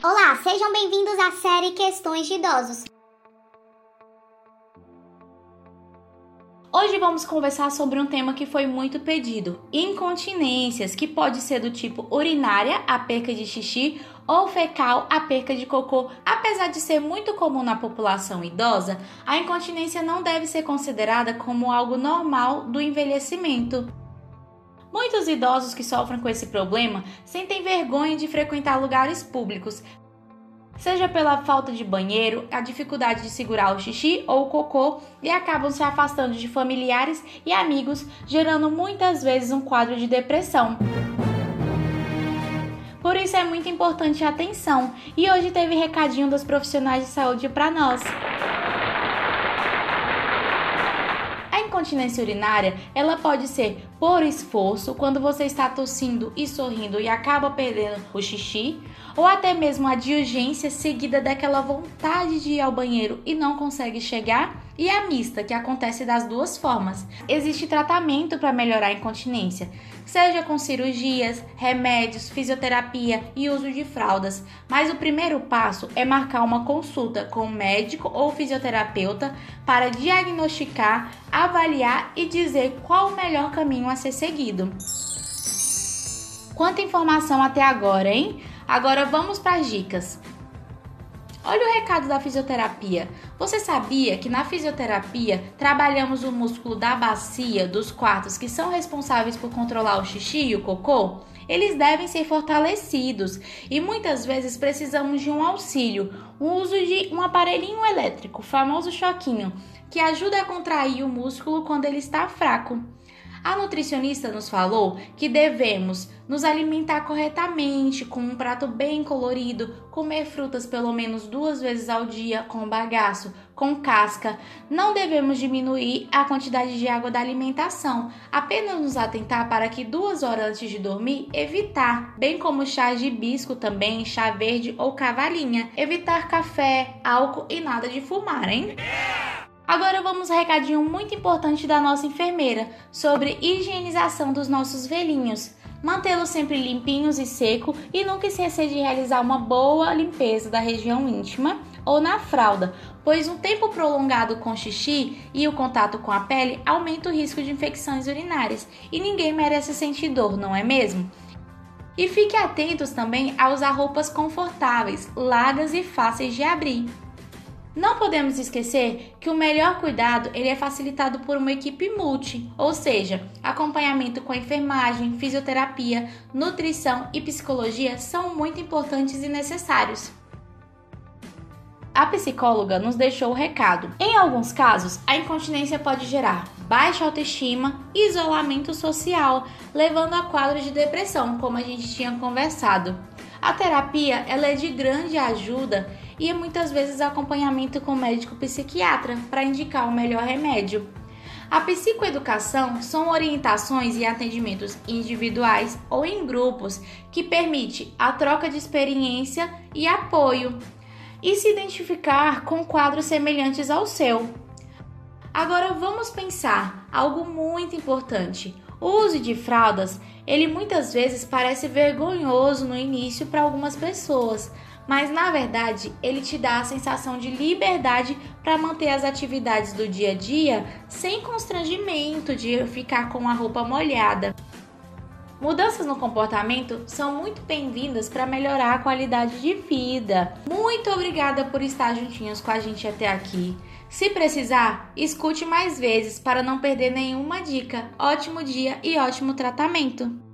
Olá, sejam bem-vindos à série Questões de Idosos. Hoje vamos conversar sobre um tema que foi muito pedido: incontinências, que pode ser do tipo urinária, a perca de xixi, ou fecal, a perca de cocô. Apesar de ser muito comum na população idosa, a incontinência não deve ser considerada como algo normal do envelhecimento. Muitos idosos que sofrem com esse problema sentem vergonha de frequentar lugares públicos, seja pela falta de banheiro, a dificuldade de segurar o xixi ou o cocô, e acabam se afastando de familiares e amigos, gerando muitas vezes um quadro de depressão. Por isso é muito importante a atenção, e hoje teve recadinho dos profissionais de saúde para nós. A incontinência urinária, ela pode ser por esforço, quando você está tossindo e sorrindo e acaba perdendo o xixi, ou até mesmo a de urgência seguida daquela vontade de ir ao banheiro e não consegue chegar, e a mista, que acontece das duas formas. Existe tratamento para melhorar a incontinência, seja com cirurgias, remédios, fisioterapia e uso de fraldas, mas o primeiro passo é marcar uma consulta com um médico ou fisioterapeuta para diagnosticar, avaliar e dizer qual o melhor caminho a ser seguido. Quanta informação até agora, hein? Agora vamos para as dicas. Olha o recado da fisioterapia. Você sabia que na fisioterapia trabalhamos o músculo da bacia, dos quartos, que são responsáveis por controlar o xixi e o cocô? Eles devem ser fortalecidos e muitas vezes precisamos de um auxílio, o uso de um aparelhinho elétrico, o famoso choquinho, que ajuda a contrair o músculo quando ele está fraco. A nutricionista nos falou que devemos nos alimentar corretamente, com um prato bem colorido, comer frutas pelo menos 2 vezes ao dia, com bagaço, com casca. Não devemos diminuir a quantidade de água da alimentação, apenas nos atentar para que 2 horas antes de dormir, evitar, bem como chá de hibisco também, chá verde ou cavalinha. Evitar café, álcool e nada de fumar, hein? Agora vamos ao recadinho muito importante da nossa enfermeira sobre higienização dos nossos velhinhos. Mantê-los sempre limpinhos e secos e nunca esquecer de realizar uma boa limpeza da região íntima ou na fralda, pois um tempo prolongado com xixi e o contato com a pele aumenta o risco de infecções urinárias e ninguém merece sentir dor, não é mesmo? E fique atentos também a usar roupas confortáveis, largas e fáceis de abrir. Não podemos esquecer que o melhor cuidado ele é facilitado por uma equipe multi, ou seja, acompanhamento com a enfermagem, fisioterapia, nutrição e psicologia são muito importantes e necessários. A psicóloga nos deixou o recado. Em alguns casos, a incontinência pode gerar baixa autoestima e isolamento social, levando a quadros de depressão, como a gente tinha conversado. A terapia ela é de grande ajuda e muitas vezes acompanhamento com médico psiquiatra para indicar o melhor remédio. A psicoeducação são orientações e atendimentos individuais ou em grupos que permite a troca de experiência e apoio e se identificar com quadros semelhantes ao seu. Agora vamos pensar algo muito importante. O uso de fraldas, ele muitas vezes parece vergonhoso no início para algumas pessoas, mas na verdade ele te dá a sensação de liberdade para manter as atividades do dia a dia sem constrangimento de ficar com a roupa molhada. Mudanças no comportamento são muito bem-vindas para melhorar a qualidade de vida. Muito obrigada por estar juntinhos com a gente até aqui. Se precisar, escute mais vezes para não perder nenhuma dica. Ótimo dia e ótimo tratamento!